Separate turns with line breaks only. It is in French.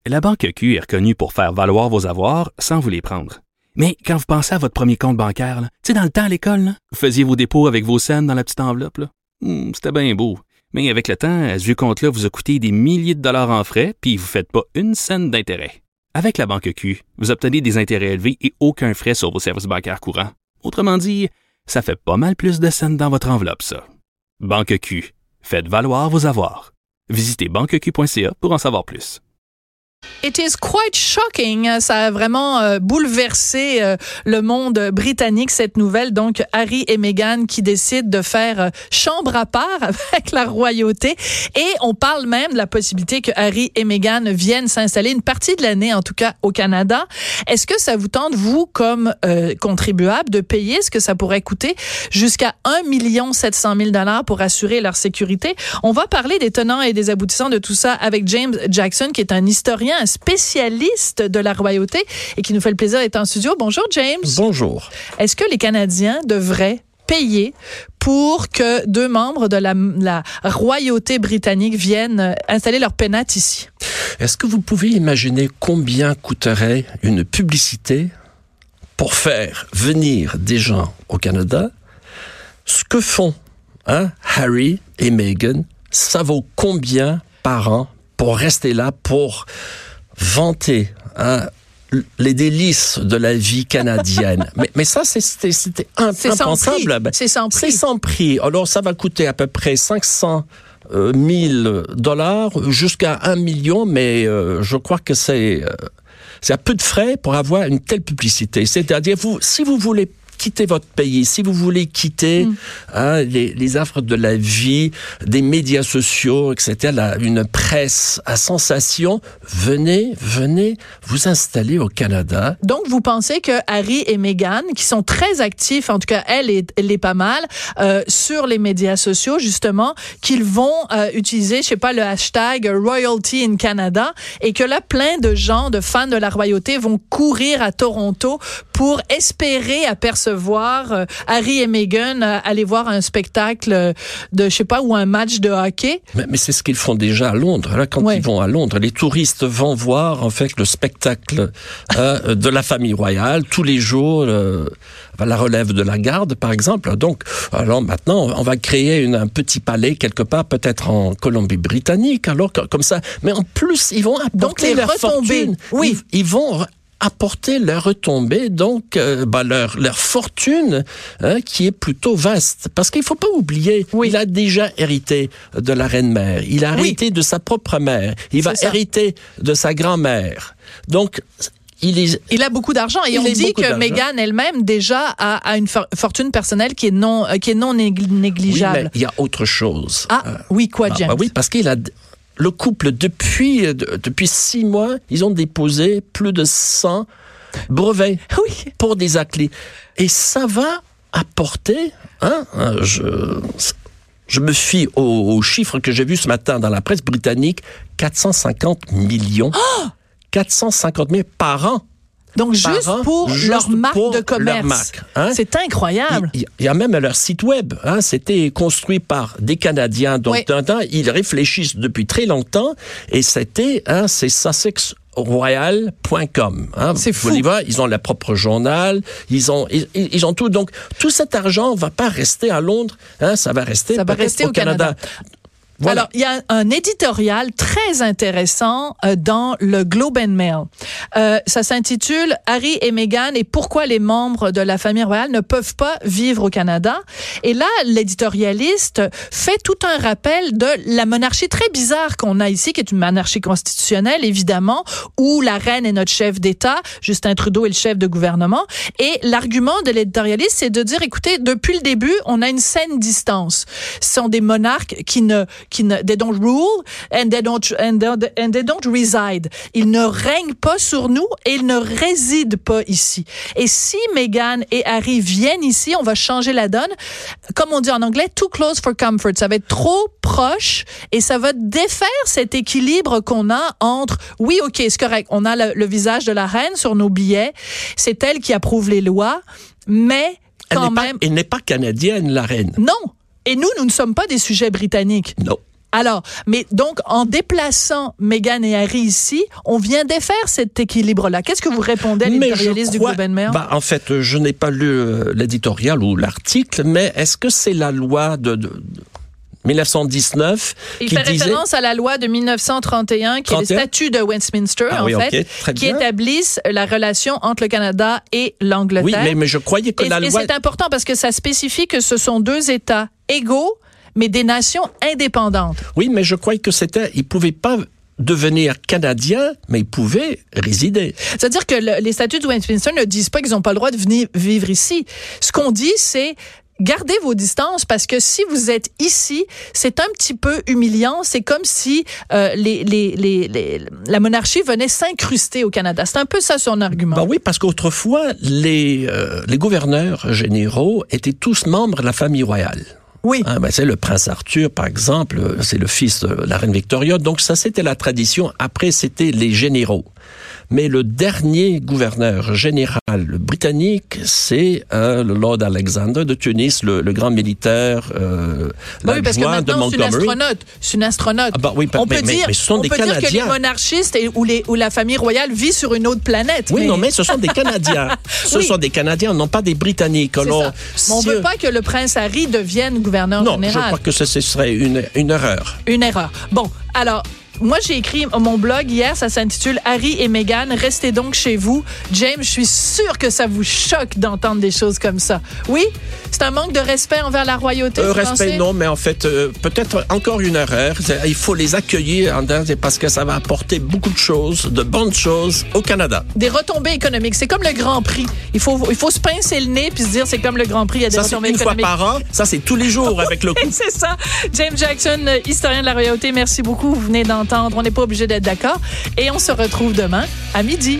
La Banque Q est reconnue pour faire valoir vos avoirs sans vous les prendre. Mais quand vous pensez à votre premier compte bancaire, tu sais, dans le temps à l'école, là, vous faisiez vos dépôts avec vos scènes dans la petite enveloppe. Là. C'était bien beau. Mais avec le temps, ce vieux compte-là vous a coûté des milliers de dollars en frais, puis vous ne faites pas une scène d'intérêt. Avec la Banque Q, vous obtenez des intérêts élevés et aucun frais sur vos services bancaires courants. Autrement dit, ça fait pas mal plus de scènes dans votre enveloppe, ça. Banque Q. Faites valoir vos avoirs. Visitez banqueq.ca pour en savoir plus.
It is quite shocking. Ça a vraiment bouleversé le monde britannique, cette nouvelle. Donc, Harry et Meghan qui décident de faire chambre à part avec la royauté. Et on parle même de la possibilité que Harry et Meghan viennent s'installer une partie de l'année, en tout cas au Canada. Est-ce que ça vous tente, vous, comme contribuable, de payer ce que ça pourrait coûter jusqu'à 1 700 000 $ pour assurer leur sécurité? On va parler des tenants et des aboutissants de tout ça avec James Jackson, qui est un historien, un spécialiste de la royauté et qui nous fait le plaisir d'être en studio. Bonjour, James.
Bonjour.
Est-ce que les Canadiens devraient payer pour que 2 membres de la royauté britannique viennent installer leur pénate ici?
Est-ce que vous pouvez imaginer combien coûterait une publicité pour faire venir des gens au Canada? Ce que font Harry et Meghan, ça vaut combien par an pour rester là, pour vanter les délices de la vie canadienne. mais ça, c'était impensable.
C'est sans prix.
C'est sans prix. Alors, ça va coûter à peu près 500 000 $ jusqu'à 1 million, mais je crois que c'est à peu de frais pour avoir une telle publicité. C'est-à-dire, si vous voulez quitter votre pays, si vous voulez quitter les affres de la vie, des médias sociaux, etc., une presse à sensation, venez vous installer au Canada.
Donc, vous pensez que Harry et Meghan, qui sont très actifs, en tout cas, elle est pas mal, sur les médias sociaux, justement, qu'ils vont utiliser, je sais pas, le hashtag Royalty in Canada, et que là, plein de gens, de fans de la royauté, vont courir à Toronto pour espérer apercevoir Harry et Meghan aller voir un spectacle de, je sais pas, ou un match de hockey.
Mais c'est ce qu'ils font déjà à Londres. Là, quand ils vont à Londres, les touristes vont voir, en fait, le spectacle de la famille royale tous les jours, la relève de la garde, par exemple. Donc, alors maintenant, on va créer un petit palais quelque part, peut-être en Colombie-Britannique, alors comme ça. Mais en plus, ils vont apporter leur fortune.
Oui.
Ils vont apporter leur retombée, donc leur fortune qui est plutôt vaste. Parce qu'il faut pas oublier, il a déjà hérité de la reine-mère, il a hérité de sa propre mère, il va hériter de sa grand-mère. Donc, il
a beaucoup d'argent et on dit que Meghan elle-même déjà a une fortune personnelle qui est non négligeable.
Oui, mais il y a autre chose.
James?
Oui, parce qu'il a... Le couple, depuis 6 mois, ils ont déposé plus de 100 brevets pour des aclés. Et ça va apporter, je me fie aux chiffres que j'ai vus ce matin dans la presse britannique, 450 millions. 450 000 par an.
Donc, juste pour leur marque de commerce. C'est incroyable.
Il y a même leur site web. C'était construit par des Canadiens. Donc, ils réfléchissent depuis très longtemps. Et c'est sussexroyal.com.
C'est fou.
Ils ont leur propre journal. Ils ont tout. Donc, tout cet argent va pas rester à Londres. Ça va rester au Canada.
Voilà. Alors, il y a un éditorial très intéressant dans le Globe and Mail. Ça s'intitule « Harry et Meghan et pourquoi les membres de la famille royale ne peuvent pas vivre au Canada ». Et là, l'éditorialiste fait tout un rappel de la monarchie très bizarre qu'on a ici, qui est une monarchie constitutionnelle, évidemment, où la reine est notre chef d'État, Justin Trudeau est le chef de gouvernement. Et l'argument de l'éditorialiste, c'est de dire, écoutez, depuis le début, on a une saine distance. Ce sont des monarques they don't rule and they don't reside. Ils ne règnent pas sur nous et ils ne résident pas ici. Et si Meghan et Harry viennent ici, on va changer la donne. Comme on dit en anglais, too close for comfort. Ça va être trop proche et ça va défaire cet équilibre qu'on a entre, oui, OK, c'est correct, on a le visage de la reine sur nos billets, c'est elle qui approuve les lois, mais
elle n'est pas canadienne, la reine.
Non. Et nous ne sommes pas des sujets britanniques.
Non.
Alors, mais donc, en déplaçant Meghan et Harry ici, on vient défaire cet équilibre-là. Qu'est-ce que vous répondez à l'éditorialiste du Globe and Mail?
En fait, je n'ai pas lu l'éditorial ou l'article, mais est-ce que c'est la loi de 1919
Il fait référence à la loi de 1931, qui est le statut de Westminster, qui établissent la relation entre le Canada et l'Angleterre.
Oui, mais je croyais que la loi...
Et c'est important parce que ça spécifie que ce sont deux États égaux, mais des nations indépendantes.
Oui, mais je croyais que ils pouvaient pas devenir canadiens, mais ils pouvaient résider.
C'est-à-dire que les statuts de Westminster ne disent pas qu'ils n'ont pas le droit de venir vivre ici. Ce qu'on dit, c'est gardez vos distances parce que si vous êtes ici, c'est un petit peu humiliant. C'est comme si la monarchie venait s'incruster au Canada. C'est un peu ça son argument.
Oui, parce qu'autrefois, les gouverneurs généraux étaient tous membres de la famille royale.
Oui.
C'est le prince Arthur, par exemple, c'est le fils de la reine Victoria. Donc ça, c'était la tradition. Après, c'était les généraux. Mais le dernier gouverneur général britannique, c'est le Lord Alexander de Tunis, le grand militaire
oui, parce que maintenant, c'est une astronaute. On peut dire que les monarchistes ou la famille royale vit sur une autre planète.
Oui, mais ce sont des Canadiens. Ce sont des Canadiens, non pas des Britanniques. Alors,
on ne veut pas que le prince Harry devienne gouverneur général.
Non, je crois que ce serait une erreur.
Une erreur. Bon, alors... Moi, j'ai écrit mon blog hier, ça s'intitule « Harry et Meghan, restez donc chez vous ». James, je suis sûre que ça vous choque d'entendre des choses comme ça. Oui? C'est un manque de respect envers la royauté,
respect, non, mais en fait, peut-être encore une erreur. Il faut les accueillir parce que ça va apporter beaucoup de choses, de bonnes choses au Canada.
Des retombées économiques. C'est comme le Grand Prix. Il faut se pincer le nez puis se dire c'est comme le Grand Prix, il y a des retombées économiques.
Ça, c'est une fois par an. Ça, c'est tous les jours avec le coup.
C'est ça. James Jackson, historien de la royauté, merci beaucoup. Vous venez d'entendre. On n'est pas obligé d'être d'accord. Et on se retrouve demain à midi.